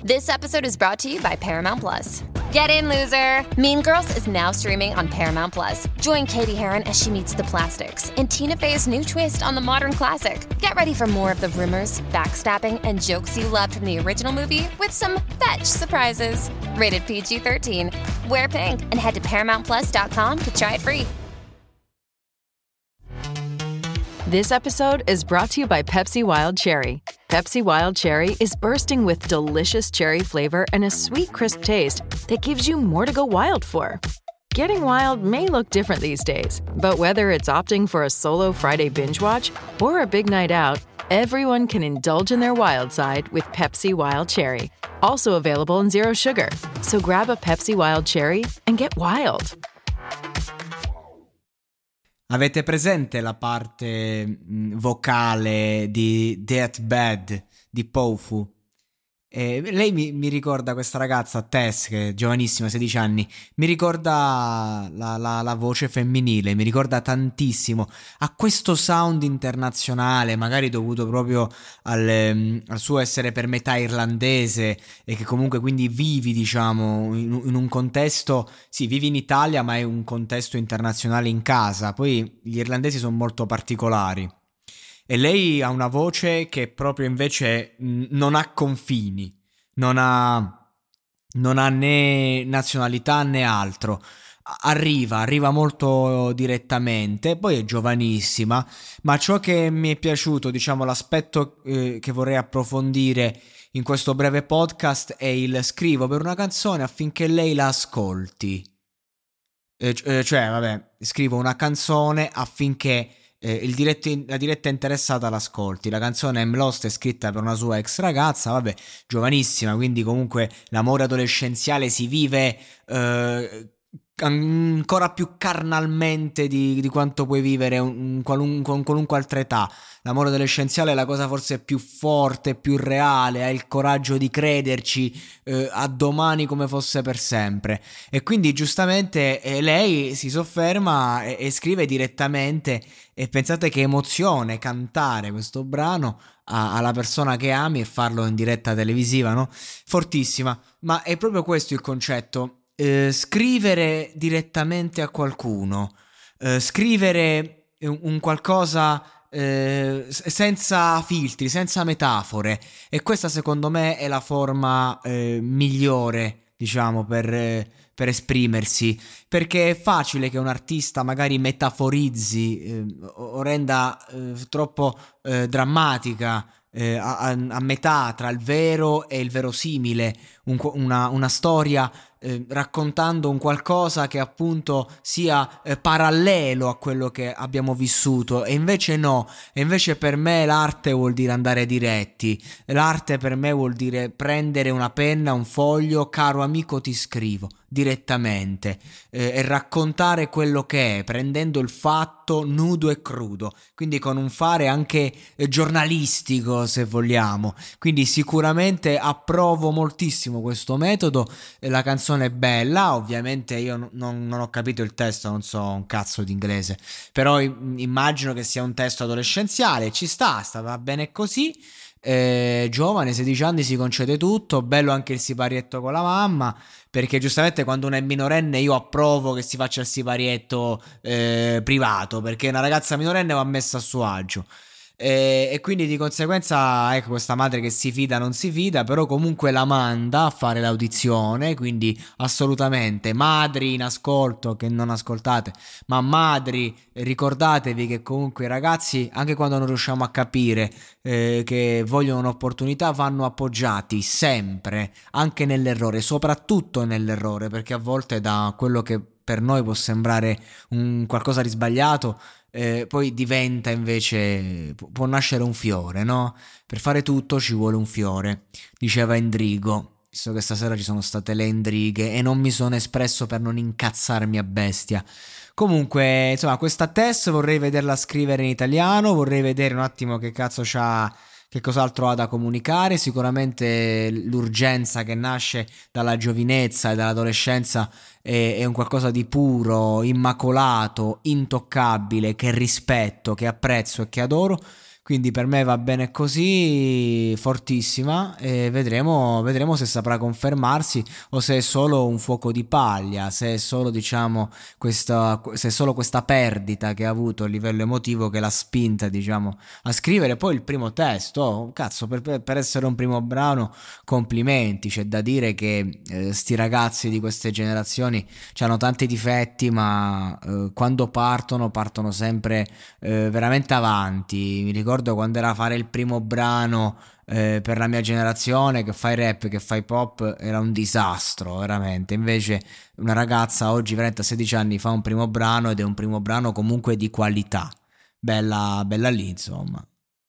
This episode is brought to you by Paramount Plus. Get in, loser! Mean Girls is now streaming on Paramount Plus. Join Katie Heron as she meets the plastics in Tina Fey's new twist on the modern classic. Get ready for more of the rumors, backstabbing, and jokes you loved from the original movie with some fetch surprises. Rated PG-13. Wear pink and head to ParamountPlus.com to try it free. This episode is brought to you by Pepsi Wild Cherry. Pepsi Wild Cherry is bursting with delicious cherry flavor and a sweet, crisp taste that gives you more to go wild for. Getting wild may look different these days, but whether it's opting for a solo Friday binge watch or a big night out, everyone can indulge in their wild side with Pepsi Wild Cherry. Also available in Zero Sugar. So grab a Pepsi Wild Cherry and get wild. Avete presente la parte vocale di Deathbed di Pofu? Lei mi ricorda questa ragazza, Tess, che è giovanissima, 16 anni, mi ricorda la voce femminile, mi ricorda tantissimo a questo sound internazionale, magari dovuto proprio al suo essere per metà irlandese e che comunque quindi vivi, diciamo, in un contesto, sì, vivi in Italia ma è un contesto internazionale in casa. Poi gli irlandesi sono molto particolari. E lei ha una voce che proprio invece non ha confini, non ha né nazionalità né altro. Arriva molto direttamente, poi è giovanissima, ma ciò che mi è piaciuto, diciamo, l'aspetto che vorrei approfondire in questo breve podcast è il scrivo per una canzone affinché lei la ascolti. Scrivo una canzone affinché la diretta interessata l'ascolti. La canzone I'm Lost è scritta per una sua ex ragazza, giovanissima, quindi comunque l'amore adolescenziale si vive ancora più carnalmente di quanto puoi vivere con qualunque altra età. L'amore adolescenziale è la cosa forse più forte, più reale, hai il coraggio di crederci a domani come fosse per sempre. E quindi giustamente lei si sofferma e scrive direttamente, e pensate che emozione cantare questo brano alla persona che ami e farlo in diretta televisiva, no? Fortissima, ma è proprio questo il concetto. Scrivere direttamente a qualcuno, scrivere un qualcosa senza filtri, senza metafore, e questa secondo me è la forma migliore, diciamo, per esprimersi, perché è facile che un artista magari metaforizzi o renda troppo drammatica a metà tra il vero e il verosimile una storia, raccontando un qualcosa che appunto sia parallelo a quello che abbiamo vissuto. E invece no, e invece per me l'arte vuol dire andare diretti, l'arte per me vuol dire prendere una penna, un foglio, caro amico ti scrivo direttamente, e raccontare quello che è, prendendo il fatto nudo e crudo, quindi con un fare anche giornalistico, se vogliamo. Quindi sicuramente approvo moltissimo questo metodo. La canzone è bella, ovviamente io non ho capito il testo, non so un cazzo di inglese, però immagino che sia un testo adolescenziale, ci va bene così. Giovane, 16 anni, si concede tutto, bello anche il siparietto con la mamma, perché giustamente quando uno è minorenne io approvo che si faccia il siparietto privato, perché una ragazza minorenne va messa a suo agio. E quindi di conseguenza, ecco, questa madre che si fida non si fida, però comunque la manda a fare l'audizione. Quindi assolutamente, madri in ascolto che non ascoltate, ma madri, ricordatevi che comunque i ragazzi, anche quando non riusciamo a capire che vogliono un'opportunità, vanno appoggiati sempre, anche nell'errore, soprattutto nell'errore, perché a volte da quello che per noi può sembrare un qualcosa di sbagliato, poi diventa invece, può nascere un fiore, no? Per fare tutto ci vuole un fiore, diceva Endrigo, visto che stasera ci sono state le Endrighe e non mi sono espresso per non incazzarmi a bestia. Comunque, insomma, questa Tess vorrei vederla scrivere in italiano, vorrei vedere un attimo che cazzo c'ha, che cos'altro ha da comunicare. Sicuramente l'urgenza che nasce dalla giovinezza e dall'adolescenza è un qualcosa di puro, immacolato, intoccabile, che rispetto, che apprezzo e che adoro. Quindi per me va bene così, fortissima, e vedremo se saprà confermarsi o se è solo un fuoco di paglia, se è solo, diciamo, se è solo questa perdita che ha avuto a livello emotivo che l'ha spinta, diciamo, a scrivere poi il primo testo. Oh, cazzo, per essere un primo brano, complimenti. C'è da dire che sti ragazzi di queste generazioni hanno tanti difetti, ma quando partono sempre veramente avanti. Mi ricordo quando era a fare il primo brano per la mia generazione, che fai rap, che fai pop, era un disastro veramente. Invece una ragazza oggi veramente a 16 anni fa un primo brano ed è un primo brano comunque di qualità. Bella bella lì, insomma.